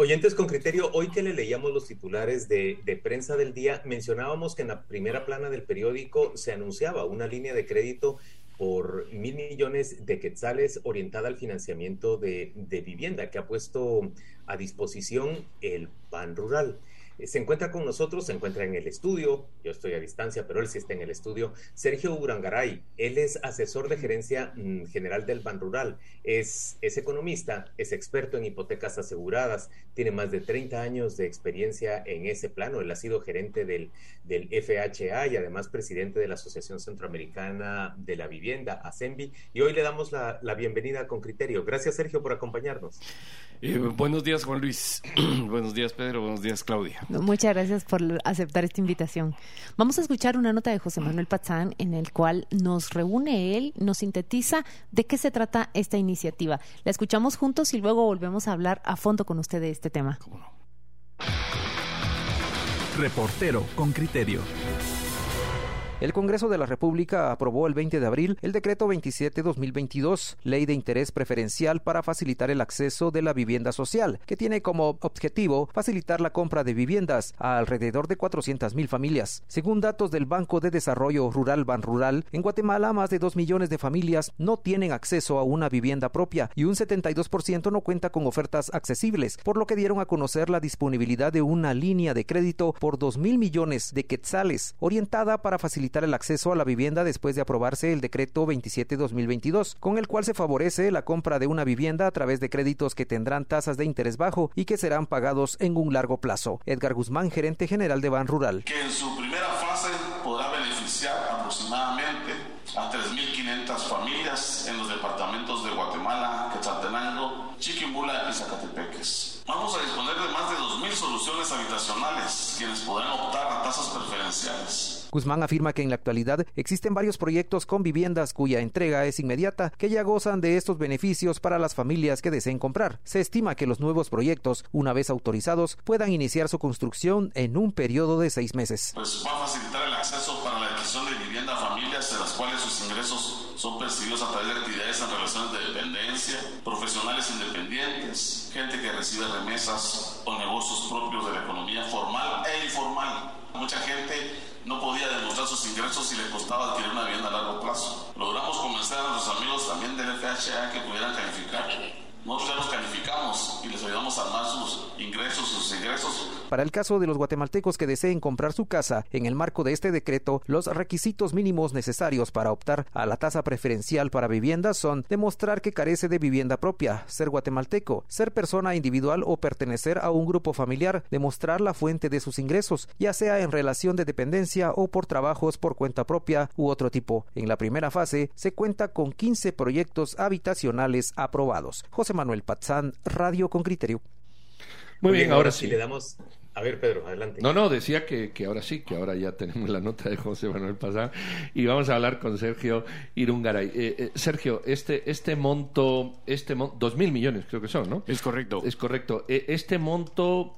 Oyentes con criterio, hoy que le leíamos los titulares de prensa del día, mencionábamos que en la primera plana del periódico se anunciaba una línea de crédito por 1.000 millones de quetzales orientada al financiamiento de vivienda que ha puesto a disposición el Ban Rural. Se encuentra con nosotros, se encuentra en el estudio, yo estoy a distancia, pero él sí está en el estudio, Sergio Urangaray. Él es asesor de gerencia general del Ban Rural, es economista, es experto en hipotecas aseguradas, tiene más de 30 años de experiencia en ese plano. Él ha sido gerente del FHA y además presidente de la Asociación Centroamericana de la Vivienda, ACENVI, y hoy le damos la bienvenida con criterio. Gracias, Sergio, por acompañarnos. Buenos días, Juan Luis. Buenos días, Pedro. Buenos días, Claudia. Muchas gracias por aceptar esta invitación. Vamos a escuchar una nota de José Manuel Patzán en el cual nos reúne él, nos sintetiza de qué se trata esta iniciativa. La escuchamos juntos y luego volvemos a hablar a fondo con usted de este tema. ¿Cómo no? Reportero con criterio. El Congreso de la República aprobó el 20 de abril el decreto 27-2022, Ley de Interés Preferencial para facilitar el acceso de la vivienda social, que tiene como objetivo facilitar la compra de viviendas a alrededor de 400,000 familias. Según datos del Banco de Desarrollo Rural Banrural, en Guatemala más de 2 millones de familias no tienen acceso a una vivienda propia y un 72% no cuenta con ofertas accesibles, por lo que dieron a conocer la disponibilidad de una línea de crédito por 2,000 millones de quetzales, orientada para facilitar el acceso a la vivienda después de aprobarse el decreto 27-2022, con el cual se favorece la compra de una vivienda a través de créditos que tendrán tasas de interés bajo y que serán pagados en un largo plazo. Edgar Guzmán, gerente general de Ban Rural. Que en su primera fase podrá beneficiar aproximadamente a 3.500 familias en los departamentos de Guatemala, Quetzaltenango, Chiquimula y Zacatepeques. Vamos a disponer de más de 2,000 soluciones habitacionales, quienes podrán optar a tasas preferenciales. Guzmán afirma que en la actualidad existen varios proyectos con viviendas cuya entrega es inmediata, que ya gozan de estos beneficios para las familias que deseen comprar. Se estima que los nuevos proyectos, una vez autorizados, puedan iniciar su construcción en un periodo de 6 meses. Pues va a facilitar el acceso para la adquisición de vivienda a familias de las cuales sus ingresos son percibidos a través de actividades en relaciones de dependencia, profesionales independientes, gente que recibe remesas o negocios propios de la economía formal e informal. Mucha gente no podía demostrar sus ingresos y le costaba adquirir una vivienda a largo plazo. Logramos convencer a nuestros amigos también del FHA que pudieran calificar. Nosotros ya los calificamos y les ayudamos a armar sus ingresos. Para el caso de los guatemaltecos que deseen comprar su casa, en el marco de este decreto, los requisitos mínimos necesarios para optar a la tasa preferencial para viviendas son demostrar que carece de vivienda propia, ser guatemalteco, ser persona individual o pertenecer a un grupo familiar, demostrar la fuente de sus ingresos, ya sea en relación de dependencia o por trabajos por cuenta propia u otro tipo. En la primera fase se cuenta con 15 proyectos habitacionales aprobados. José Manuel Patzán, Radio con Criterio. Muy bien, ahora sí. Le damos... A ver, Pedro, adelante. No, decía que ahora sí, que ahora ya tenemos la nota de José Manuel Patzán y vamos a hablar con Sergio Irungaray. Sergio, este monto, 2,000 millones creo que son, ¿no? Es correcto. Es correcto. Este monto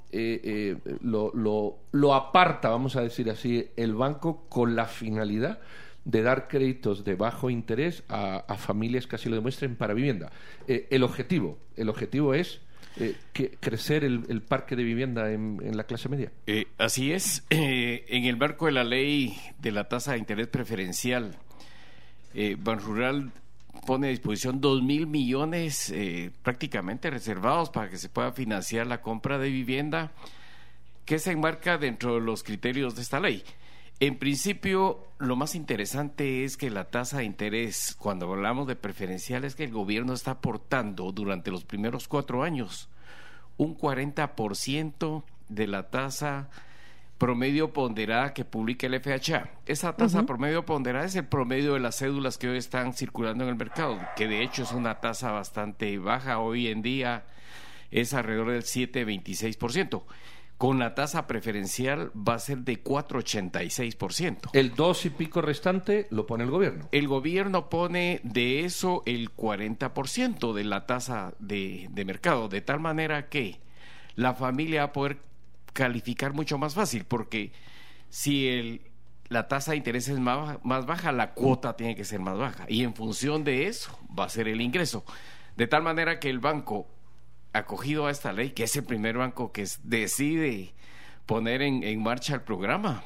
lo aparta, vamos a decir así, el banco con la finalidad de dar créditos de bajo interés a familias que así lo demuestren para vivienda. El objetivo es crecer el parque de vivienda en la clase media. Así es. En el marco de la ley de la tasa de interés preferencial, Banrural pone a disposición 2,000 millones prácticamente reservados para que se pueda financiar la compra de vivienda, que se enmarca dentro de los criterios de esta ley. En principio, lo más interesante es que la tasa de interés, cuando hablamos de preferencial, es que el gobierno está aportando durante los primeros 4 años un 40% de la tasa promedio ponderada que publica el FHA. Esa tasa promedio ponderada es el promedio de las cédulas que hoy están circulando en el mercado, que de hecho es una tasa bastante baja. Hoy en día es alrededor del 7,26%. Con la tasa preferencial va a ser de 4,86%. El 2 y pico restante lo pone el gobierno. El gobierno pone de eso el 40% de la tasa de mercado, de tal manera que la familia va a poder calificar mucho más fácil, porque si la tasa de interés es más baja, la cuota tiene que ser más baja, y en función de eso va a ser el ingreso. De tal manera que el banco acogido a esta ley, que es el primer banco que decide poner en marcha el programa.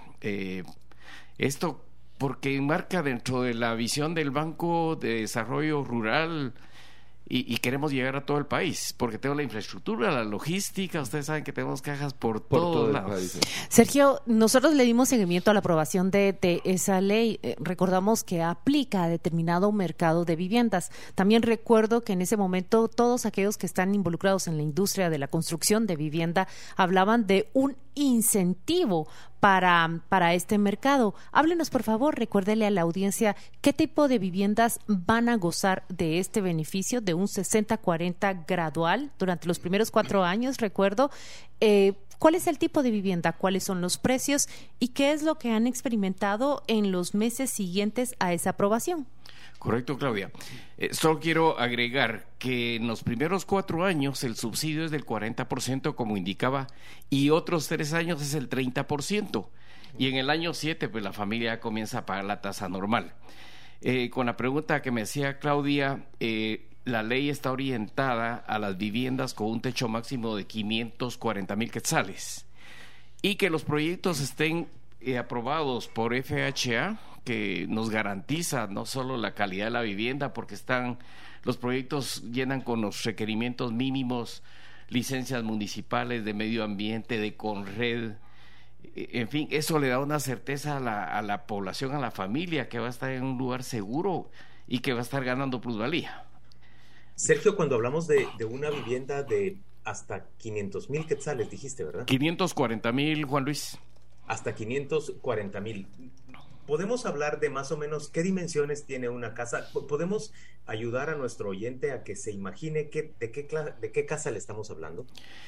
Esto porque enmarca dentro de la visión del Banco de Desarrollo Rural y queremos llegar a todo el país, porque tenemos la infraestructura, la logística, ustedes saben que tenemos cajas por todos lados. País. Sergio, nosotros le dimos seguimiento a la aprobación de esa ley. Recordamos que aplica a determinado mercado de viviendas. También recuerdo que en ese momento todos aquellos que están involucrados en la industria de la construcción de vivienda hablaban de un incentivo para este mercado. Háblenos, por favor, recuérdele a la audiencia qué tipo de viviendas van a gozar de este beneficio de un 60-40 gradual durante los primeros 4 años, recuerdo. ¿Cuál es el tipo de vivienda? ¿Cuáles son los precios? ¿Y qué es lo que han experimentado en los meses siguientes a esa aprobación? Correcto, Claudia. Solo quiero agregar que en los primeros 4 años el subsidio es del 40%, como indicaba, y otros 3 años es el 30%. Y en el año 7, pues la familia comienza a pagar la tasa normal. Con la pregunta que me hacía Claudia, la ley está orientada a las viviendas con un techo máximo de 540,000 quetzales y que los proyectos estén aprobados por FHA, que nos garantiza no solo la calidad de la vivienda, porque los proyectos llenan con los requerimientos mínimos, licencias municipales de medio ambiente, de Conred, en fin, eso le da una certeza a la población, a la familia, que va a estar en un lugar seguro y que va a estar ganando plusvalía. Sergio, cuando hablamos de una vivienda de hasta 500,000 quetzales, dijiste, ¿verdad? 540,000, Juan Luis. Hasta 540,000. ¿Podemos hablar de más o menos qué dimensiones tiene una casa? ¿Podemos ayudar a nuestro oyente a que se imagine de qué casa le estamos hablando?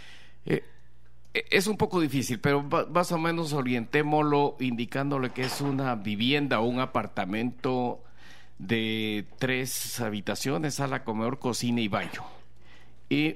Es un poco difícil, pero más o menos orientémoslo indicándole que es una vivienda o un apartamento de 3 habitaciones, sala, comedor, cocina y baño, y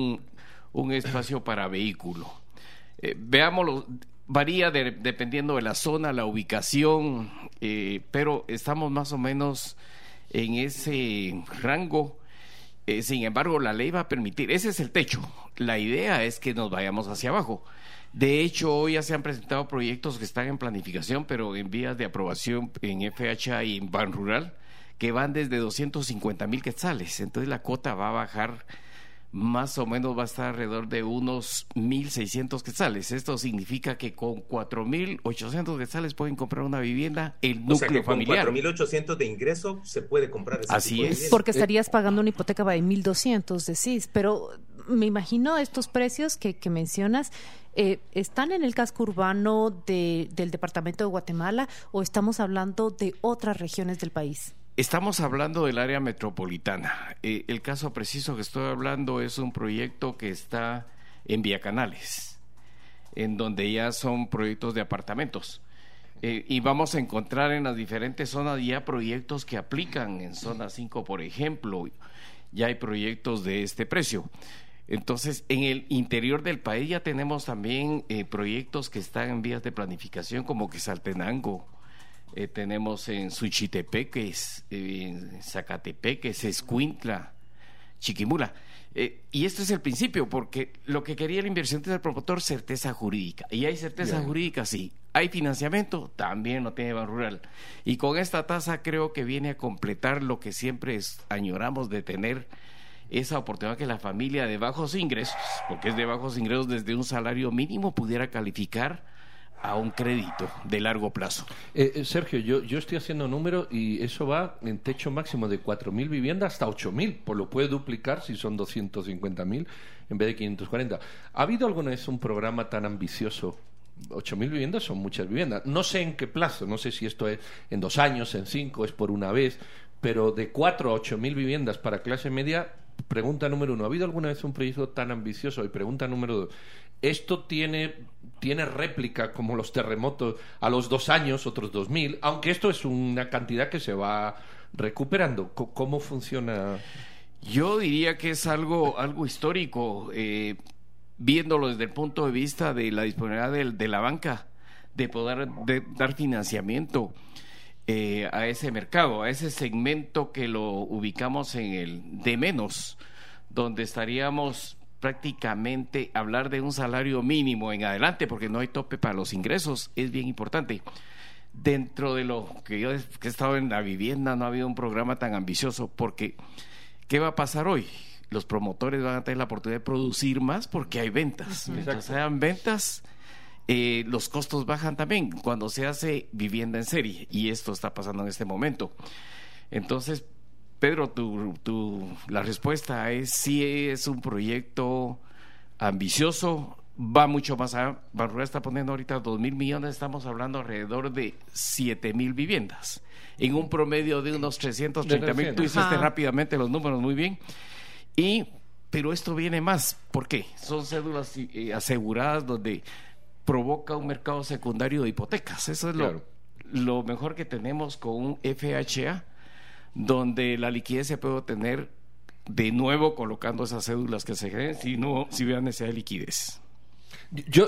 un espacio para vehículo. Veámoslo. Varía dependiendo de la zona, la ubicación, pero estamos más o menos en ese rango. Sin embargo, la ley va a permitir, ese es el techo. La idea es que nos vayamos hacia abajo. De hecho, hoy ya se han presentado proyectos que están en planificación, pero en vías de aprobación en FHA y en Banrural, que van desde 250,000 quetzales. Entonces la cuota va a bajar, más o menos va a estar alrededor de unos 1,600 quetzales. Esto significa que con 4,800 quetzales pueden comprar una vivienda, el núcleo familiar. Con 4,800 de ingreso se puede comprar ese Así tipo de es. vivienda. Porque estarías pagando una hipoteca de 1,200, decís, pero me imagino estos precios que mencionas, ¿están en el casco urbano del departamento de Guatemala o estamos hablando de otras regiones del país? Estamos hablando del área metropolitana. El caso preciso que estoy hablando es un proyecto que está en Vía Canales, en donde ya son proyectos de apartamentos. Y vamos a encontrar en las diferentes zonas ya proyectos que aplican en zona 5, por ejemplo. Ya hay proyectos de este precio. Entonces, en el interior del país ya tenemos también proyectos que están en vías de planificación, como Quetzaltenango. Tenemos en Suchitepeques, en Zacatepeques, Escuintla, Chiquimula. Y esto es el principio, porque lo que quería el inversionista del promotor, certeza jurídica. Y hay certeza jurídica, sí. Hay financiamiento, también lo tiene Banrural. Y con esta tasa creo que viene a completar lo que siempre añoramos de tener, esa oportunidad que la familia de bajos ingresos, porque es de bajos ingresos desde un salario mínimo, pudiera calificar a un crédito de largo plazo. Sergio, yo estoy haciendo números y eso va en techo máximo de 4,000 viviendas hasta 8,000, pues lo puede duplicar si son 250,000 en vez de 540. ¿Ha habido alguna vez un programa tan ambicioso? 8,000 viviendas son muchas viviendas. No sé en qué plazo, no sé si esto es en 2 años, en 5, es por una vez, pero de 4 a 8,000 viviendas para clase media. Pregunta número 1, ¿ha habido alguna vez un proyecto tan ambicioso? Y pregunta número 2, ¿esto tiene réplica como los terremotos a los 2 años, otros 2,000? Aunque esto es una cantidad que se va recuperando. ¿Cómo funciona? Yo diría que es algo histórico, viéndolo desde el punto de vista de la disponibilidad de la banca, de poder dar financiamiento a ese mercado, a ese segmento que lo ubicamos en el de menos, donde estaríamos prácticamente hablar de un salario mínimo en adelante, porque no hay tope para los ingresos, es bien importante. Dentro de lo que yo he estado en la vivienda, no ha habido un programa tan ambicioso, porque ¿qué va a pasar hoy? Los promotores van a tener la oportunidad de producir más porque hay ventas. Mientras sean ventas, los costos bajan también cuando se hace vivienda en serie, y esto está pasando en este momento. Entonces, Pedro, la respuesta es sí, es un proyecto ambicioso, va mucho más allá. Banrural está poniendo ahorita 2,000 millones, estamos hablando alrededor de 7,000 viviendas, en un promedio de unos 330,000. Tú hiciste rápidamente los números muy bien. Pero esto viene más, ¿por qué? Son cédulas aseguradas donde provoca un mercado secundario de hipotecas. Eso es lo mejor que tenemos con un FHA, donde la liquidez se puede obtener de nuevo colocando esas cédulas que se generen, si hubiera necesidad de liquidez. Yo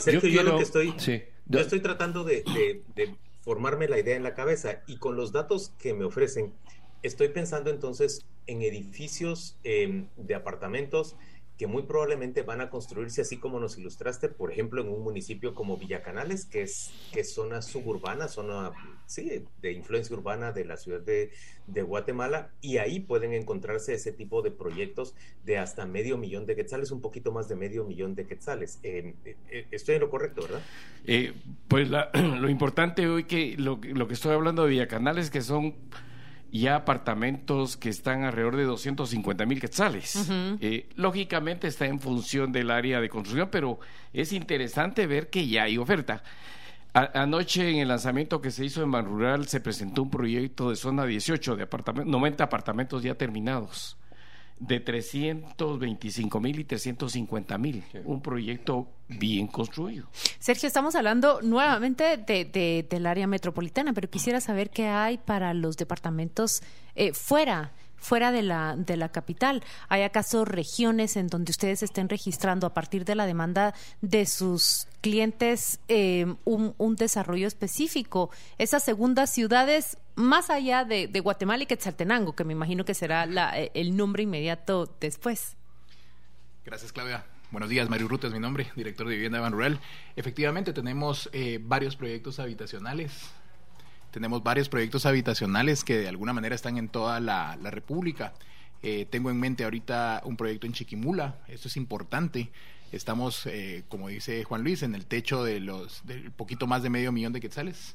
estoy tratando de formarme la idea en la cabeza, y con los datos que me ofrecen, estoy pensando entonces en edificios de apartamentos que muy probablemente van a construirse así como nos ilustraste, por ejemplo, en un municipio como Villacanales, que es zona suburbana, de influencia urbana de la ciudad de Guatemala, y ahí pueden encontrarse ese tipo de proyectos de hasta $500,000 de quetzales, un poquito más de $500,000 de quetzales. Estoy en lo correcto, ¿verdad? Pues lo importante hoy, que lo que estoy hablando de Villacanales, que son ya apartamentos que están alrededor de 250,000 quetzales. Lógicamente está en función del área de construcción, pero es interesante ver que ya hay oferta. Anoche, en el lanzamiento que se hizo en Banrural, se presentó un proyecto de zona 18 de 90 apartamentos ya terminados, de 325,000 y 350,000. Un proyecto bien construido. Sergio, estamos hablando nuevamente del área metropolitana, pero quisiera saber qué hay para los departamentos fuera de la capital. ¿Hay acaso regiones en donde ustedes estén registrando, a partir de la demanda de sus clientes, un desarrollo específico? Esas segundas ciudades, más allá de Guatemala y Quetzaltenango, que me imagino que será el nombre inmediato después. Gracias, Claudia. Buenos días, Mario Ruta es mi nombre, director de Vivienda de Banrural. Efectivamente, tenemos varios proyectos habitacionales. Tenemos varios proyectos habitacionales que de alguna manera están en toda la República. Tengo en mente ahorita un proyecto en Chiquimula. Esto es importante. Estamos, como dice Juan Luis, en el techo del poquito más de $500,000 de quetzales.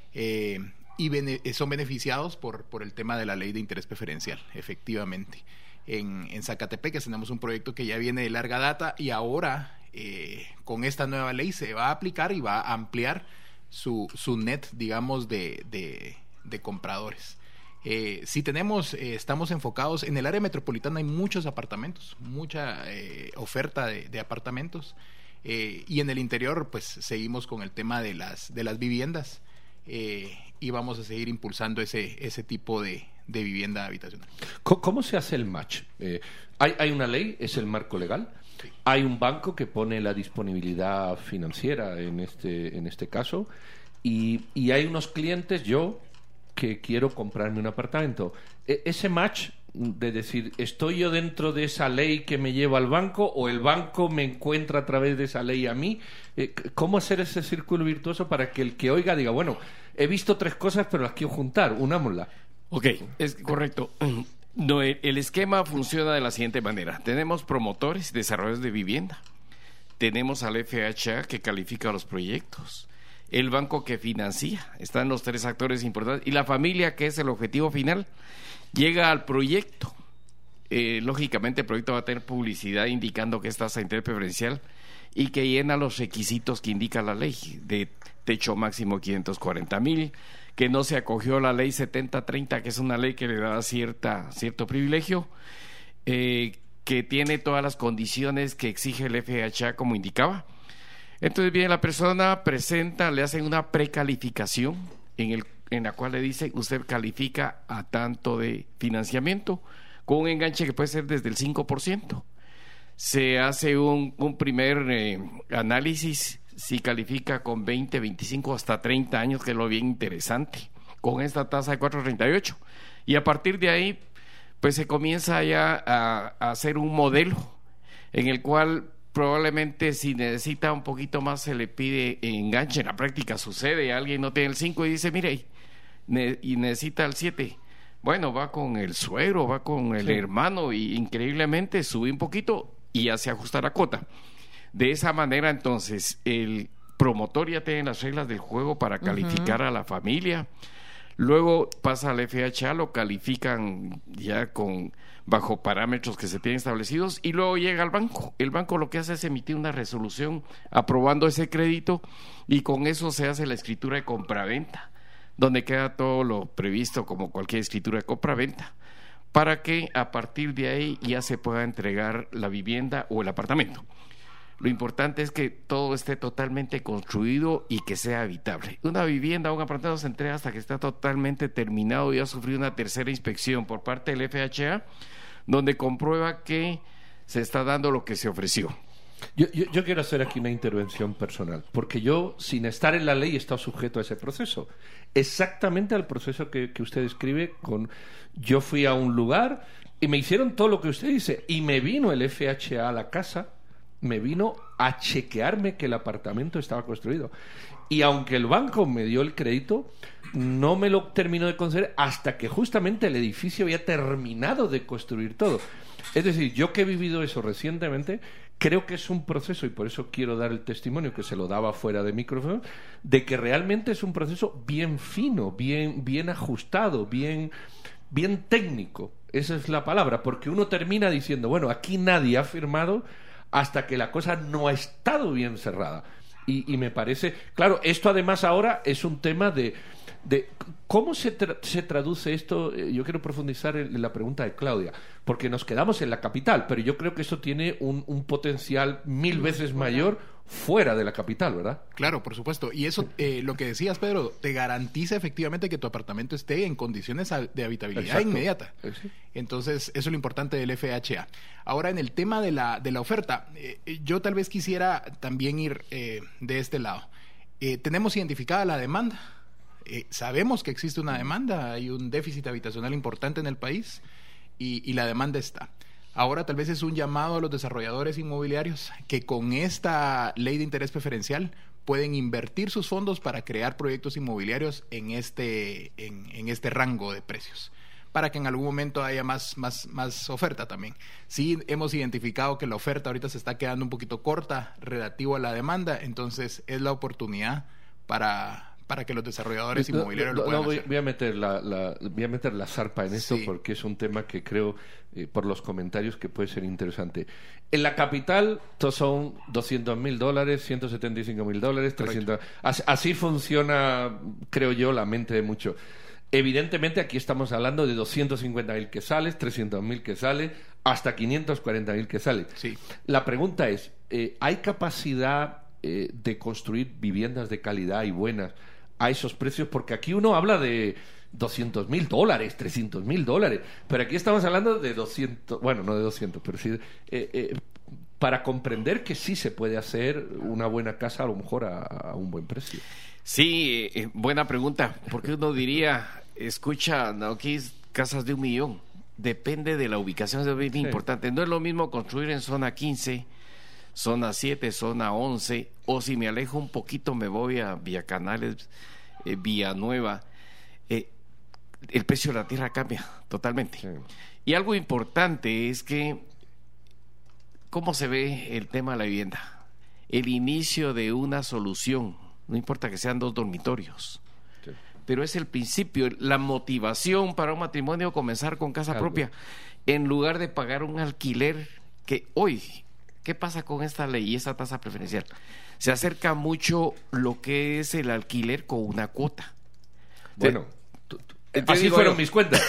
Y son beneficiados por el tema de la ley de interés preferencial, efectivamente. En Zacatepec tenemos un proyecto que ya viene de larga data, y ahora con esta nueva ley se va a aplicar y va a ampliar su net, digamos, de compradores. Si estamos enfocados en el área metropolitana, hay muchos apartamentos, mucha oferta de apartamentos, y en el interior pues seguimos con el tema de las viviendas, y vamos a seguir impulsando ese tipo de vivienda habitacional. ¿Cómo se hace el match? Hay una ley, es el marco legal. Sí. Hay un banco que pone la disponibilidad financiera en este caso, y hay unos clientes, yo, que quiero comprarme un apartamento. Ese match de decir, ¿estoy yo dentro de esa ley que me lleva al banco, o el banco me encuentra a través de esa ley a mí? ¿Cómo hacer ese círculo virtuoso para que el que oiga diga, bueno, he visto 3 cosas pero las quiero juntar, unámoslas? Ok, es correcto. No, el esquema funciona de la siguiente manera. Tenemos promotores, desarrolladores de vivienda. Tenemos al FHA que califica los proyectos. El banco que financia. Están los 3 actores importantes. Y la familia, que es el objetivo final, llega al proyecto. Lógicamente el proyecto va a tener publicidad indicando que es tasa de interés preferencial y que llena los requisitos que indica la ley, de techo máximo 540,000, que no se acogió a la ley 7030, que es una ley que le da cierto privilegio, que tiene todas las condiciones que exige el FHA, como indicaba. Entonces viene la persona, presenta, le hacen una precalificación en la cual le dice, usted califica a tanto de financiamiento, con un enganche que puede ser desde el 5%. Se hace un primer análisis, si califica con 20, 25, hasta 30 años, que es lo bien interesante, con esta tasa de 4.38. Y a partir de ahí, pues se comienza ya a hacer un modelo en el cual probablemente si necesita un poquito más se le pide enganche. En la práctica sucede, alguien no tiene el 5 y dice, mire, y necesita el 7. Bueno, va con el suegro, va con el hermano y increíblemente sube un poquito y ya se ajusta la cuota. De esa manera, entonces, el promotor ya tiene las reglas del juego para calificar a la familia. Luego pasa al FHA, lo califican ya bajo parámetros que se tienen establecidos y luego llega al banco. El banco lo que hace es emitir una resolución aprobando ese crédito y con eso se hace la escritura de compraventa, donde queda todo lo previsto como cualquier escritura de compra-venta, para que a partir de ahí ya se pueda entregar la vivienda o el apartamento. Lo importante es que todo esté totalmente construido y que sea habitable. Una vivienda o un apartamento se entrega hasta que está totalmente terminado y ha sufrido una tercera inspección por parte del FHA, donde comprueba que se está dando lo que se ofreció. Yo quiero hacer aquí una intervención personal, porque yo, sin estar en la ley, he estado sujeto a ese proceso. Exactamente al proceso que usted describe. Yo fui a un lugar y me hicieron todo lo que usted dice, y me vino el FHA a la casa, me vino a chequearme que el apartamento estaba construido. Y aunque el banco me dio el crédito, no me lo terminó de conceder hasta que justamente el edificio había terminado de construir todo. Es decir, yo que he vivido eso recientemente, creo que es un proceso, y por eso quiero dar el testimonio que se lo daba fuera de micrófono, de que realmente es un proceso bien fino, bien ajustado, bien técnico. Esa es la palabra, porque uno termina diciendo, bueno, aquí nadie ha firmado hasta que la cosa no ha estado bien cerrada. Y me parece, claro, esto además ahora es un tema de cómo se traduce esto. Yo quiero profundizar en la pregunta de Claudia, porque nos quedamos en la capital, pero yo creo que eso tiene un potencial 1000 veces mayor fuera de la capital, ¿verdad? Claro, por supuesto. Y eso, lo que decías, Pedro, te garantiza efectivamente que tu apartamento esté en condiciones de habitabilidad inmediata. Sí. Entonces, eso es lo importante del FHA. Ahora, en el tema de la oferta, yo tal vez quisiera también ir de este lado. Tenemos identificada la demanda. Sabemos que existe una demanda, hay un déficit habitacional importante en el país y la demanda está. Ahora tal vez es un llamado a los desarrolladores inmobiliarios que con esta ley de interés preferencial pueden invertir sus fondos para crear proyectos inmobiliarios en este rango de precios, para que en algún momento haya más oferta también. Sí hemos identificado que la oferta ahorita se está quedando un poquito corta relativo a la demanda, entonces es la oportunidad para que los desarrolladores inmobiliarios lo puedan hacer. Voy a meter la zarpa en esto, porque es un tema que creo, por los comentarios, que puede ser interesante. En la capital todos son $200,000, $175,000, 300. Así funciona, creo yo, la mente de muchos. Evidentemente aquí estamos hablando de 250,000 quetzales, 300,000 quetzales, hasta 540,000 quetzales. Sí. La pregunta es, ¿hay capacidad de construir viviendas de calidad y buenas a esos precios? Porque aquí uno habla de $200,000, $300,000, pero aquí estamos hablando de 200, bueno, no de 200, pero sí para comprender que sí se puede hacer una buena casa a lo mejor a un buen precio. Sí, buena pregunta, porque uno diría, escucha, no, aquí es casas de $1 millón, depende de la ubicación, es bien importante. No es lo mismo construir en zona 15, zona 7, zona 11, o si me alejo un poquito me voy a Villa Canales, Villanueva. El precio de la tierra cambia totalmente. Sí. Y algo importante es que ¿cómo se ve el tema de la vivienda? El inicio de una solución, no importa que sean 2 dormitorios, pero es el principio, la motivación para un matrimonio comenzar con casa propia, en lugar de pagar un alquiler que hoy, ¿qué pasa con esta ley y esta tasa preferencial? Se acerca mucho lo que es el alquiler con una cuota. Bueno, así fueron mis cuentas.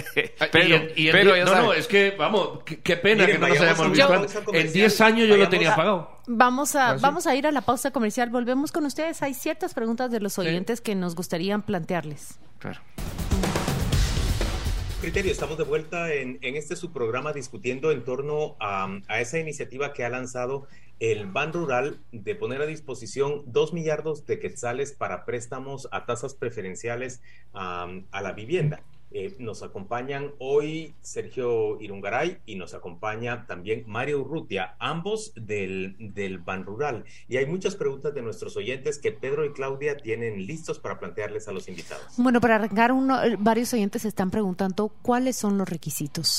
No, es que, vamos, qué pena. Miren, que no nos hayamos visto. En 10 años yo lo tenía pagado. Vamos a ir a la pausa comercial. Volvemos con ustedes. Hay ciertas preguntas de los oyentes que nos gustaría plantearles. Claro. Criterio, estamos de vuelta en este subprograma discutiendo en torno a esa iniciativa que ha lanzado el Ban Rural de poner a disposición 2 millardos de quetzales para préstamos a tasas preferenciales a la vivienda. Nos acompañan hoy Sergio Irungaray y nos acompaña también Mario Urrutia, ambos del Banrural. Y hay muchas preguntas de nuestros oyentes que Pedro y Claudia tienen listos para plantearles a los invitados. Bueno, para arrancar, varios oyentes están preguntando cuáles son los requisitos.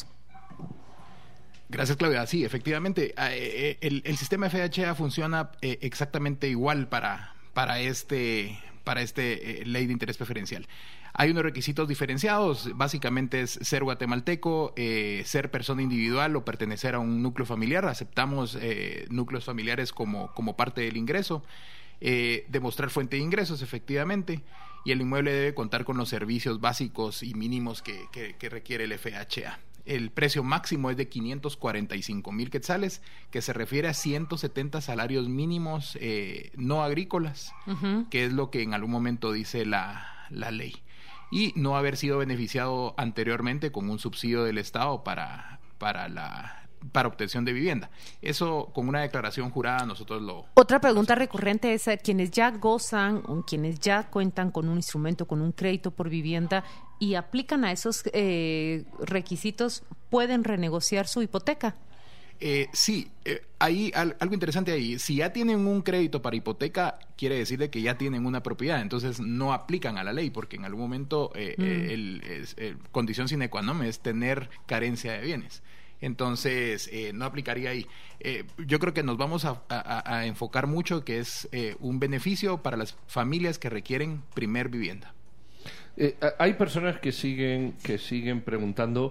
Gracias, Claudia. Sí, efectivamente, el sistema FHA funciona exactamente igual para este ley de interés preferencial. Hay unos requisitos diferenciados, básicamente es ser guatemalteco, ser persona individual o pertenecer a un núcleo familiar. Aceptamos núcleos familiares como parte del ingreso, demostrar fuente de ingresos, efectivamente, y el inmueble debe contar con los servicios básicos y mínimos que requiere el FHA. El precio máximo es de 545,000 quetzales, que se refiere a 170 salarios mínimos no agrícolas, que es lo que en algún momento dice la ley. Y no haber sido beneficiado anteriormente con un subsidio del Estado para obtención de vivienda. Eso, con una declaración jurada, nosotros lo... Otra pregunta recurrente es, quienes ya gozan, o quienes ya cuentan con un instrumento, con un crédito por vivienda y aplican a esos requisitos, ¿pueden renegociar su hipoteca? Sí, hay algo interesante ahí. Si ya tienen un crédito para hipoteca, quiere decir que ya tienen una propiedad, entonces no aplican a la ley, porque en algún momento condición sine qua non es tener carencia de bienes. Entonces, no aplicaría ahí. Yo creo que nos vamos a enfocar mucho que es un beneficio para las familias que requieren primer vivienda. Hay personas que siguen preguntando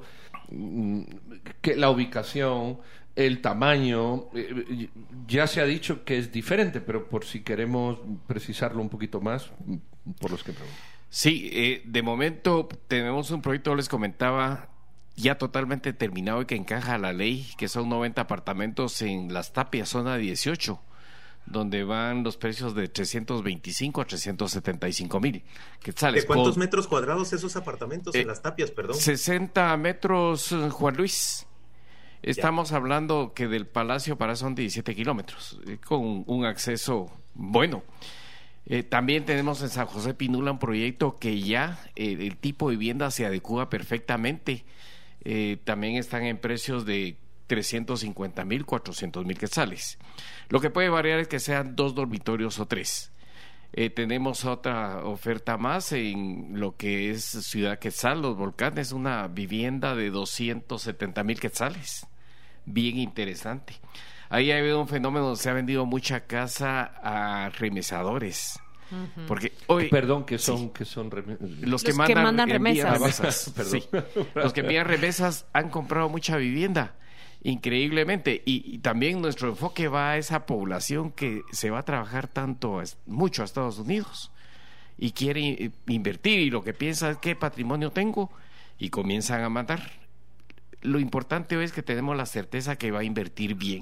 que la ubicación, el tamaño, ya se ha dicho que es diferente, pero por si queremos precisarlo un poquito más, por los que preguntan. Sí, de momento tenemos un proyecto, les comentaba, ya totalmente terminado y que encaja a la ley, que son 90 apartamentos en Las Tapias, zona 18, donde van los precios de 325 a 375,000 quetzales. ¿De cuántos metros cuadrados esos apartamentos en Las Tapias, perdón? 60 metros, Juan Luis. Estamos hablando que del Palacio para son 17 kilómetros, con un acceso bueno. También tenemos en San José Pinula un proyecto que ya el tipo de vivienda se adecua perfectamente. También están en precios de 350,000, 400,000 quetzales. Lo que puede variar es que sean 2 dormitorios o 3. Tenemos otra oferta más en lo que es Ciudad Quetzal, Los Volcanes, una vivienda de 270,000 quetzales. Bien interesante. Ahí ha habido un fenómeno donde se ha vendido mucha casa a remesadores. Porque hoy, perdón, que son los que mandan remesas. Perdón. Sí. Los que envían remesas han comprado mucha vivienda, increíblemente, y también nuestro enfoque va a esa población que se va a trabajar mucho a Estados Unidos y quiere invertir, y lo que piensa es qué patrimonio tengo, y comienzan a mandar. Lo importante es que tenemos la certeza que va a invertir bien,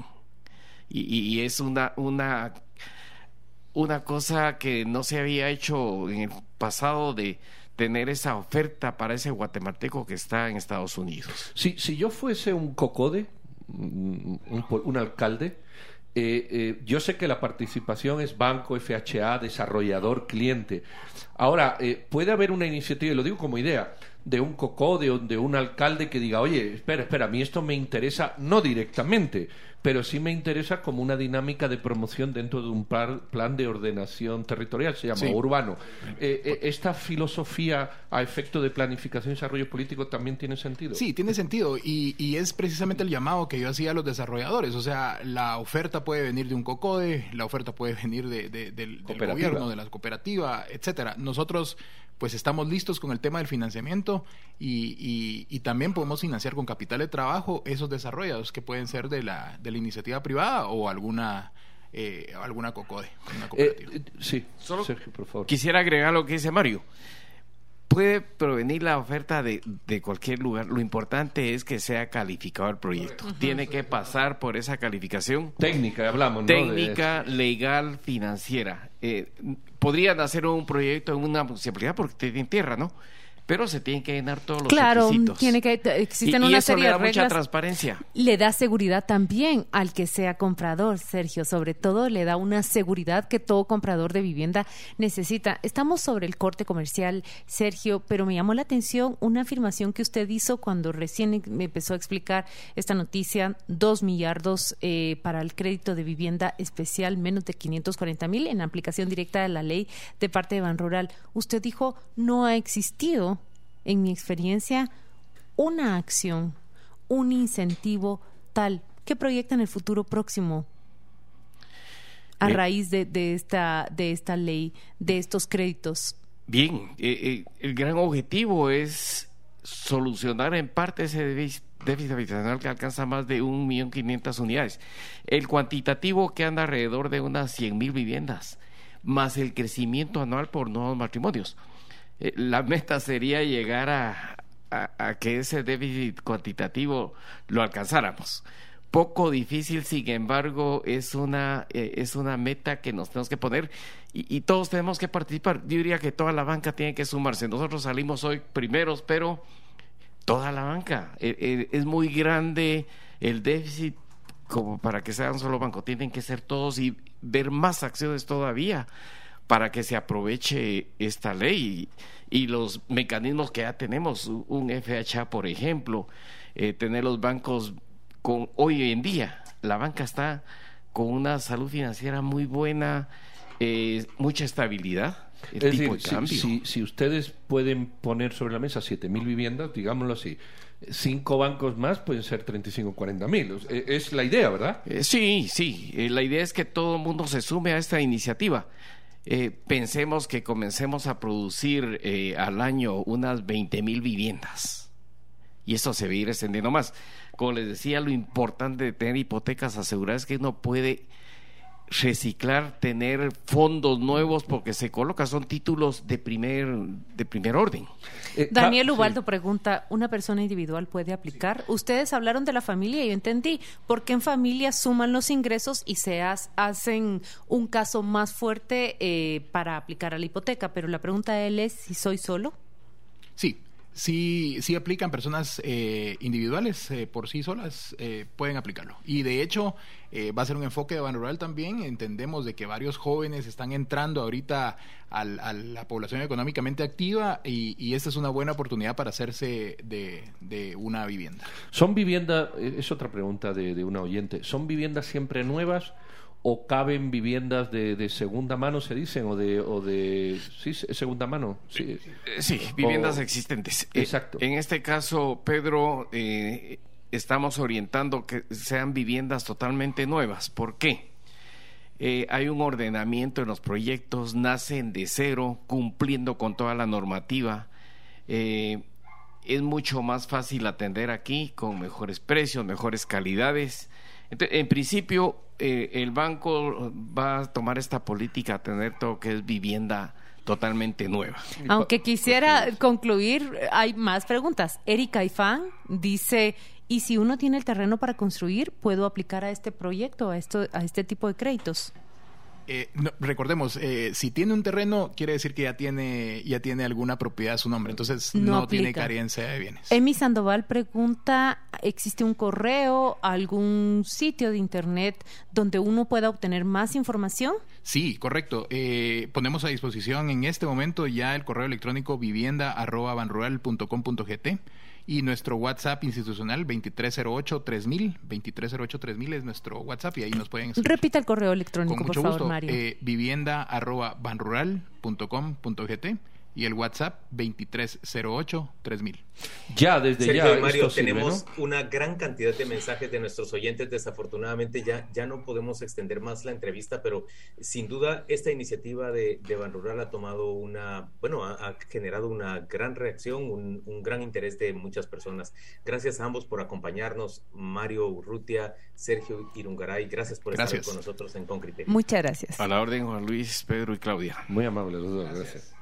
y es una cosa que no se había hecho en el pasado, de tener esa oferta para ese guatemalteco que está en Estados Unidos. Si yo fuese un cocode, un alcalde, yo sé que la participación es banco, FHA, desarrollador, cliente. Ahora, puede haber una iniciativa, y lo digo como idea, de un cocode o de un alcalde que diga, oye, espera, a mí esto me interesa, no directamente, pero sí me interesa como una dinámica de promoción dentro de un plan de ordenación territorial, se llama urbano. ¿Esta filosofía a efecto de planificación y desarrollo político también tiene sentido? Sí, tiene sentido, y es precisamente el llamado que yo hacía a los desarrolladores. O sea, la oferta puede venir de un cocode, la oferta puede venir del gobierno, de la cooperativa, etcétera. Nosotros pues estamos listos con el tema del financiamiento y también podemos financiar con capital de trabajo esos desarrollados que pueden ser de la iniciativa privada o alguna cocode, una cooperativa. Sí, Sergio, por favor. Quisiera agregar lo que dice Mario. Puede provenir la oferta de cualquier lugar. Lo importante es que sea calificado el proyecto. Tiene que pasar por esa calificación. Técnica, hablamos, ¿no? Técnica, legal, financiera. Podrían hacer un proyecto en una municipalidad porque tienen tierra, ¿no? pero se tienen que llenar todos los claro, requisitos. Existen y una eso serie le da de reglas. mucha transparencia. Le da seguridad también al que sea comprador, Sergio. Sobre todo le da una seguridad que todo comprador de vivienda necesita. Estamos sobre el corte comercial, Sergio, pero me llamó la atención una afirmación que usted hizo cuando recién me empezó a explicar esta noticia: 2 millardos para el crédito de vivienda especial, menos de 540,000 en aplicación directa de la ley de parte de Banrural. Usted dijo, no ha existido, en mi experiencia, una acción, un incentivo tal. ¿Qué proyecta en el futuro próximo a raíz de esta ley, de estos créditos? Bien, el gran objetivo es solucionar en parte ese déficit habitacional que alcanza más de 1.500.000 unidades. El cuantitativo que anda alrededor de unas 100,000 viviendas, más el crecimiento anual por nuevos matrimonios. La meta sería llegar a que ese déficit cuantitativo lo alcanzáramos. Poco difícil, sin embargo, es una meta que nos tenemos que poner y todos tenemos que participar. Yo diría que toda la banca tiene que sumarse. Nosotros salimos hoy primeros, pero toda la banca. Es muy grande el déficit como para que sea un solo banco. Tienen que ser todos y ver más acciones todavía para que se aproveche esta ley y los mecanismos que ya tenemos. Un FHA, por ejemplo, tener los bancos hoy en día, la banca está con una salud financiera muy buena, mucha estabilidad. Es decir, si ustedes pueden poner sobre la mesa 7,000 viviendas, digámoslo así, 5 bancos más pueden ser 35 o 40,000. Es la idea, ¿verdad? Sí. La idea es que todo el mundo se sume a esta iniciativa. Pensemos que comencemos a producir al año unas 20,000 viviendas. Y eso se va a ir extendiendo más. Como les decía, lo importante de tener hipotecas aseguradas es que uno puede reciclar, tener fondos nuevos, porque se coloca, son títulos de primer orden. Daniel Ubaldo pregunta, ¿una persona individual puede aplicar? Ustedes hablaron de la familia y yo entendí, porque en familia suman los ingresos y se hacen un caso más fuerte para aplicar a la hipoteca, pero la pregunta de él es, ¿si soy solo? Sí aplican personas individuales por sí solas, pueden aplicarlo. Y de hecho va a ser un enfoque de Banrural también. Entendemos de que varios jóvenes están entrando ahorita a la población económicamente activa y esta es una buena oportunidad para hacerse de una vivienda. ¿Son viviendas, es otra pregunta de una oyente, ¿son viviendas siempre nuevas o caben viviendas de segunda mano, se dicen, o de sí, segunda mano? Sí, viviendas existentes. Exacto. En este caso, Pedro, estamos orientando que sean viviendas totalmente nuevas. ¿Por qué? Hay un ordenamiento en los proyectos, nacen de cero, cumpliendo con toda la normativa. Es mucho más fácil atender aquí, con mejores precios, mejores calidades. Entonces, en principio, el banco va a tomar esta política, tener todo que es vivienda totalmente nueva. Aunque quisiera concluir, hay más preguntas. Erika Ifán dice, ¿y si uno tiene el terreno para construir, puedo aplicar a este proyecto, a este tipo de créditos? No, recordemos, si tiene un terreno, quiere decir que ya tiene alguna propiedad a su nombre, entonces no tiene carencia de bienes. Emi Sandoval pregunta, ¿existe un correo, algún sitio de internet donde uno pueda obtener más información? Sí, correcto. Ponemos a disposición en este momento ya el correo electrónico vivienda@banrural.com.gt y nuestro WhatsApp institucional 2308-3000. 2308-3000 es nuestro WhatsApp y ahí nos pueden escribir. Repita el correo electrónico, por favor, gusto. Mario. Vivienda@banrural.com.gt y el WhatsApp 2308-3000. Ya, desde Sergio ya. Mario, tenemos una gran cantidad de mensajes de nuestros oyentes. Desafortunadamente ya no podemos extender más la entrevista, pero sin duda esta iniciativa de Banrural ha tomado ha generado una gran reacción, un gran interés de muchas personas. Gracias a ambos por acompañarnos, Mario Urrutia, Sergio Irungaray. Gracias por estar con nosotros en Con Criterio. Muchas gracias. A la orden, Juan Luis, Pedro y Claudia. Muy amable los dos, gracias.